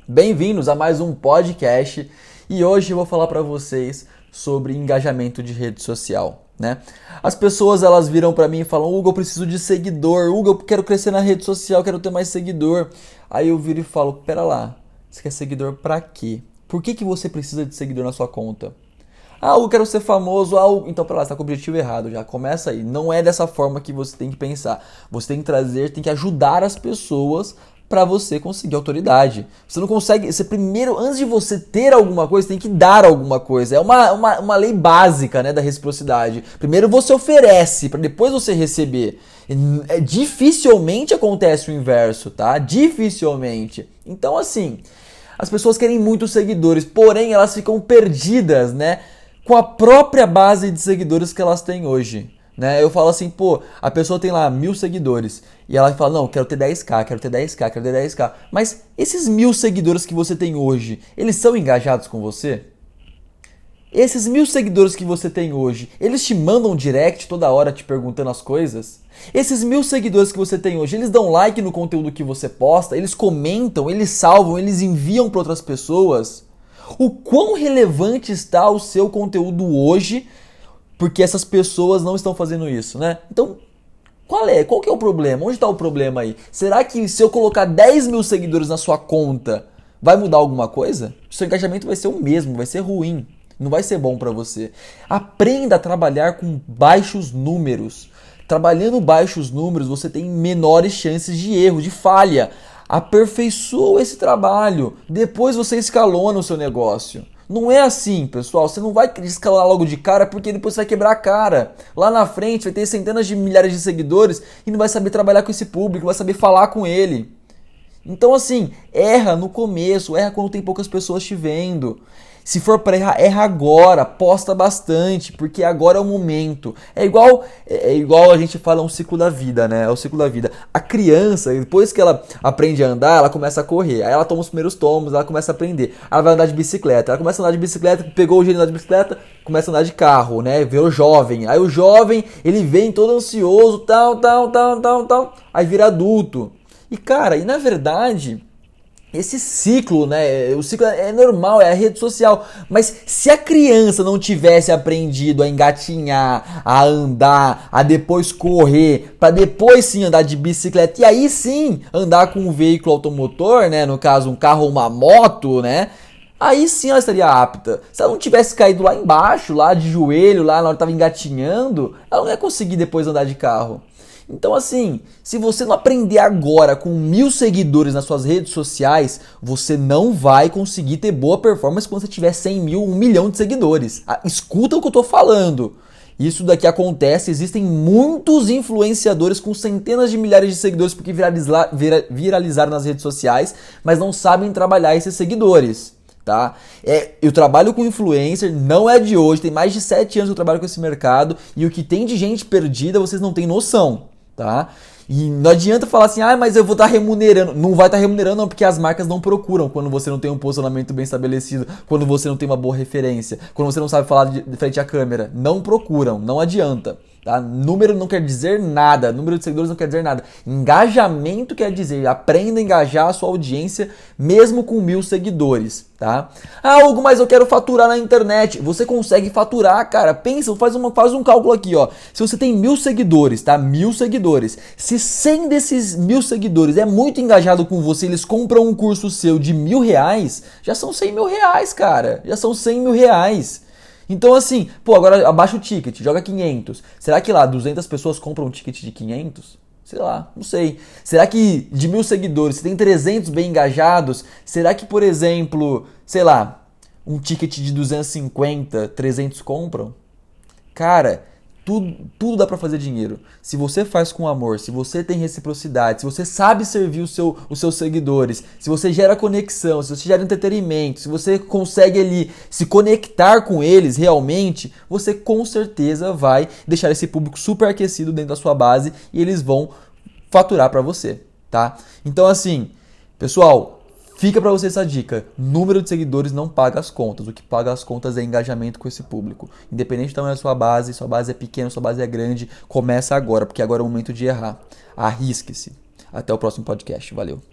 Bem-vindos a mais um podcast e hoje eu vou falar para vocês sobre engajamento de rede social, né? As pessoas elas viram para mim e falam: Hugo, eu preciso de seguidor, Hugo, eu quero crescer na rede social, quero ter mais seguidor. Aí eu viro e falo: pera lá, você quer seguidor para quê? Por que você precisa de seguidor na sua conta? Ah, eu quero ser famoso. Então, pera lá, você tá com o objetivo errado já. Começa aí. Não é dessa forma que você tem que pensar. Você tem que trazer, tem que ajudar as pessoas para você conseguir autoridade. Você não consegue. Você primeiro, antes de você ter alguma coisa, tem que dar alguma coisa. É uma lei básica, né, da reciprocidade. Primeiro você oferece, para depois você receber. Dificilmente acontece o inverso, tá? Dificilmente. Então, assim, as pessoas querem muitos seguidores, porém elas ficam perdidas, né, com a própria base de seguidores que elas têm hoje, né? Eu falo assim, pô, a pessoa tem lá 1.000 seguidores e ela fala, não, quero ter 10k, quero ter 10k, quero ter 10k. Mas esses 1.000 seguidores que você tem hoje, eles são engajados com você? Esses 1.000 seguidores que você tem hoje, eles te mandam direct toda hora te perguntando as coisas? Esses 1.000 seguidores que você tem hoje, eles dão like no conteúdo que você posta? Eles comentam, eles salvam, eles enviam para outras pessoas? O quão relevante está o seu conteúdo hoje, porque essas pessoas não estão fazendo isso, né? Então, qual que é o problema? Onde está o problema aí? Será que se eu colocar 10.000 seguidores na sua conta, vai mudar alguma coisa? O seu engajamento vai ser o mesmo, vai ser ruim. Não vai ser bom para você. Aprenda a trabalhar com baixos números. Trabalhando baixos números, você tem menores chances de erro, de falha. Aperfeiçoa esse trabalho. Depois você escalona o seu negócio. Não é assim, pessoal. Você não vai escalar logo de cara porque depois você vai quebrar a cara. Lá na frente vai ter centenas de milhares de seguidores e não vai saber trabalhar com esse público, não vai saber falar com ele. Então, assim, erra no começo, erra quando tem poucas pessoas te vendo. Se for para errar, erra agora, posta bastante, porque agora é o momento. É igual a gente fala um ciclo da vida, né? É o ciclo da vida. A criança, depois que ela aprende a andar, ela começa a correr. Aí ela toma os primeiros tomos, ela começa a aprender. Ela vai andar de bicicleta. Ela começa a andar de bicicleta, pegou o jeito de andar de bicicleta, começa a andar de carro, né? Vê o jovem. Aí o jovem, ele vem todo ansioso, tal. Aí vira adulto. E cara, na verdade, esse ciclo, né? O ciclo é normal, é a rede social. Mas se a criança não tivesse aprendido a engatinhar, a andar, a depois correr, para depois sim andar de bicicleta e aí sim andar com um veículo automotor, né? No caso, um carro ou uma moto, né? Aí sim ela estaria apta. Se ela não tivesse caído lá embaixo, lá de joelho, lá na hora que estava engatinhando, ela não ia conseguir depois andar de carro. Então assim, se você não aprender agora com 1.000 seguidores nas suas redes sociais, você não vai conseguir ter boa performance quando você tiver 100 mil, 1 milhão de seguidores. Escuta o que eu tô falando. Isso daqui acontece, existem muitos influenciadores com centenas de milhares de seguidores porque viralizaram nas redes sociais, mas não sabem trabalhar esses seguidores. Tá? Eu trabalho com influencer, não é de hoje, tem mais de 7 anos que eu trabalho com esse mercado e o que tem de gente perdida vocês não têm noção, tá? E não adianta falar assim, mas eu vou estar remunerando. Não vai estar remunerando não, porque as marcas não procuram quando você não tem um posicionamento bem estabelecido, quando você não tem uma boa referência, quando você não sabe falar de frente à câmera. Não procuram, não adianta. Tá? Número não quer dizer nada, número de seguidores não quer dizer nada. Engajamento quer dizer, aprenda a engajar a sua audiência mesmo com 1.000 seguidores, tá? Hugo, mas eu quero faturar na internet. Você consegue faturar, cara. Pensa, faz um cálculo aqui, ó. Se você tem 1.000 seguidores, tá? 1.000 seguidores. Se 100 desses 1.000 seguidores é muito engajado com você, eles compram um curso seu de R$1.000, já são 100 mil reais, cara. Já são 100 mil reais. Então assim, agora abaixa o ticket, joga 500. Será que lá 200 pessoas compram um ticket de 500? Sei lá, não sei. Será que de 1.000 seguidores, se tem 300 bem engajados, será que, por exemplo, sei lá, um ticket de 250, 300 compram? Cara, tudo dá pra fazer dinheiro. Se você faz com amor, se você tem reciprocidade, se você sabe servir os seus seguidores, se você gera conexão, se você gera entretenimento, se você consegue ali se conectar com eles realmente, você com certeza vai deixar esse público super aquecido dentro da sua base e eles vão faturar pra você, tá? Então assim, pessoal, fica pra você essa dica, número de seguidores não paga as contas, o que paga as contas é engajamento com esse público. Independente do tamanho da sua base é pequena, sua base é grande, começa agora, porque agora é o momento de errar. Arrisque-se. Até o próximo podcast, valeu.